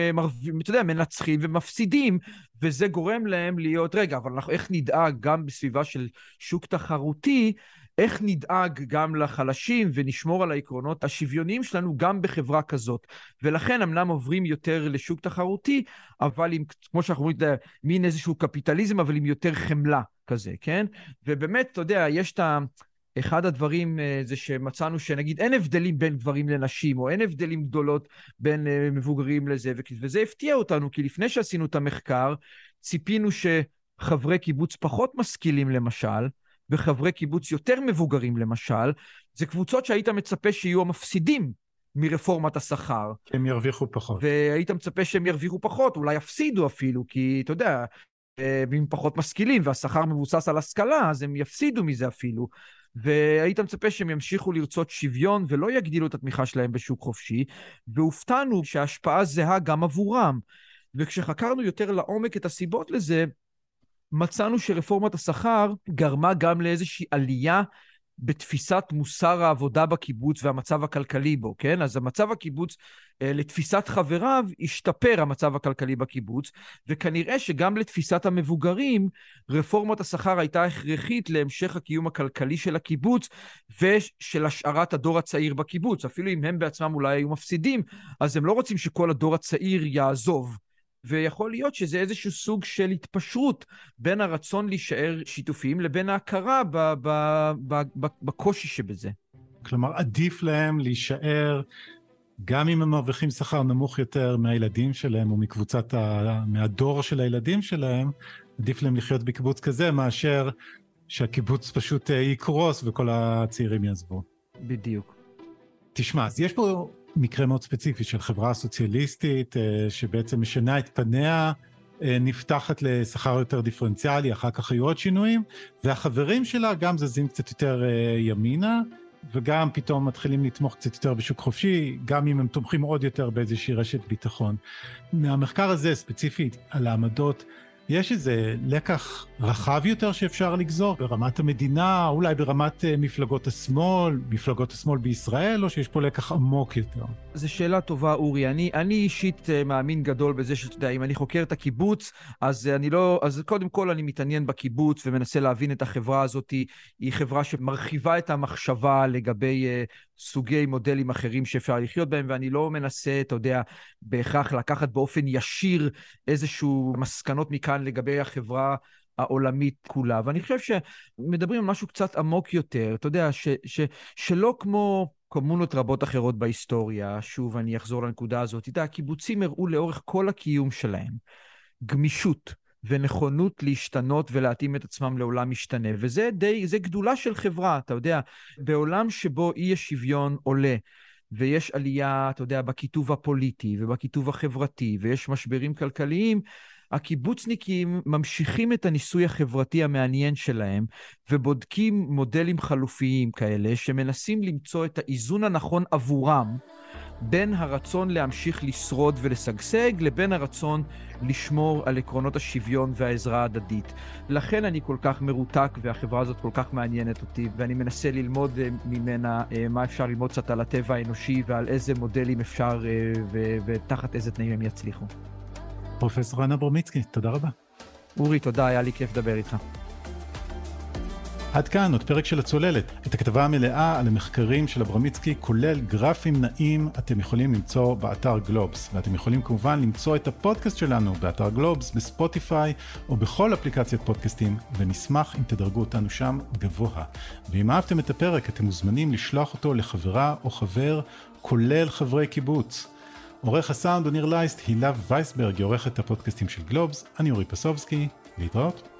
אתה יודע, מנצחים ומפסידים, וזה גורם להם להיות, רגע, אבל אנחנו איך נדאג גם בסביבה של שוק תחרותי, איך נדאג גם לחלשים ונשמור על העקרונות השוויוניים שלנו גם בחברה כזאת. ולכן אמנם עוברים יותר לשוק תחרותי, אבל עם, כמו שאנחנו אומרים, מין איזשהו קפיטליזם, אבל עם יותר חמלה כזה, כן? ובאמת, אתה יודע, יש את ה... אחד הדברים זה שמצאנו שנגיד אין הבדלים בין גברים לנשים, או אין הבדלים גדולות בין מבוגרים לזה, וזה הפתיע אותנו, כי לפני שעשינו את המחקר, ציפינו שחברי קיבוץ פחות משכילים למשל, וחברי קיבוץ יותר מבוגרים למשל, זה קבוצות שהיית מצפה שיהיו המפסידים מרפורמת השכר. הם ירוויחו פחות. והיית מצפה שהם ירוויחו פחות, אולי יפסידו אפילו, כי אתה יודע, הם פחות משכילים, והשכר מבוסס על השכלה, אז הם יפסידו מזה אפילו. והיית מצפה שהם ימשיכו לרצות שוויון ולא יגדילו את התמיכה שלהם בשוק חופשי, והופתענו שההשפעה זהה גם עבורם. וכשחקרנו יותר לעומק את הסיבות לזה, מצאנו שרפורמת השכר גרמה גם לאיזושהי עלייה בתפיסת מוסר העבודה בקיבוץ והמצב הכלכלי בו, כן? אז המצב הקיבוץ, לתפיסת חבריו, השתפר המצב הכלכלי בקיבוץ, וכנראה שגם לתפיסת המבוגרים, רפורמת השכר הייתה הכרחית להמשך הקיום הכלכלי של הקיבוץ, ושל השארת הדור הצעיר בקיבוץ. אפילו אם הם בעצמם אולי היו מפסידים, אז הם לא רוצים שכל הדור הצעיר יעזוב. ויכול להיות שזה איזשהו סוג של התפשרות בין הרצון להישאר שיתופיים לבין ההכרה ב- ב- ב- ב- בקושי שבזה. כלומר, עדיף להם להישאר, גם אם הם מרוויחים שכר נמוך יותר מהילדים שלהם, או מקבוצת ה... מהדור של הילדים שלהם, עדיף להם לחיות בקיבוץ כזה, מאשר שהקיבוץ פשוט יקרוס וכל הצעירים יעזבו. בדיוק. תשמע, אז יש פה מקרה מאוד ספציפי של חברה סוציאליסטית, שבעצם משנה את פניה, נפתחת לשכר יותר דיפרנציאלי, אחר כך היו עוד שינויים, והחברים שלה גם זזים קצת יותר ימינה, וגם פתאום מתחילים לתמוך קצת יותר בשוק חופשי, גם אם הם תומכים עוד יותר באיזושהי רשת ביטחון. מהמחקר הזה ספציפית על העמדות, יש איזה לקח רחב יותר שאפשר לגזור ברמת המדינה, אולי ברמת מפלגות השמאל, מפלגות השמאל בישראל, או שיש פה לקח עמוק יותר? זו שאלה טובה, אורי. אני, אני אישית מאמין גדול בזה שאתה יודע, אם אני חוקר את הקיבוץ, אז אני לא, אז קודם כל אני מתעניין בקיבוץ ומנסה להבין את החברה הזאת. היא חברה שמרחיבה את המחשבה לגבי uh, סוגי מודלים אחרים שאפשר לחיות בהם, ואני לא מנסה, אתה יודע, בהכרח לקחת באופן ישיר איזשהו מסקנות מכאן לגבי החברה העולמית כולה. ואני חושב שמדברים על משהו קצת עמוק יותר, אתה יודע, ש, ש, שלא כמו קומונות רבות אחרות בהיסטוריה, שוב אני אחזור לנקודה הזאת, אתה יודע, הקיבוצים הראו לאורך כל הקיום שלהם גמישות ונכונות להשתנות ולהתאים את עצמם לעולם משתנה, וזה די, זה גדולה של חברה, אתה יודע, בעולם שבו אי השוויון עולה, ויש עלייה, אתה יודע, בכיתוב הפוליטי ובכיתוב החברתי, ויש משברים כלכליים, הקיבוצניקים ממשיכים את הניסוי החברתי המעניין שלהם, ובודקים מודלים חלופיים כאלה, שמנסים למצוא את האיזון הנכון עבורם, בין הרצון להמשיך לשרוד ולשגשג, לבין הרצון לשמור על עקרונות השוויון והעזרה ההדדית. לכן אני כל כך מרותק, והחברה הזאת כל כך מעניינת אותי, ואני מנסה ללמוד ממנה מה אפשר ללמוד קצת על הטבע האנושי, ועל איזה מודלים אפשר ו- ותחת איזה תנאים הם יצליחו. פרופסור רן אברמיצקי, תודה רבה. אורי, תודה, היה לי כיף לדבר איתך. עד כאן עוד פרק של הצוללת. את הכתבה המלאה על המחקרים של אברמיצקי, כולל גרפים נעים, אתם יכולים למצוא באתר גלובס. ואתם יכולים כמובן למצוא את הפודקאסט שלנו באתר גלובס, בספוטיפיי, או בכל אפליקציית פודקאסטים, ונשמח אם תדרגו אותנו שם גבוה. ואם אהבתם את הפרק, אתם מוזמנים לשלוח אותו לחברה או חבר, כולל חברי קיבוץ. עורך הסאונד הוא ניר לייסט, הילה וייסברג, עורכת הפודקאסטים של גלובס, אני אורי פסובסקי, להתראות.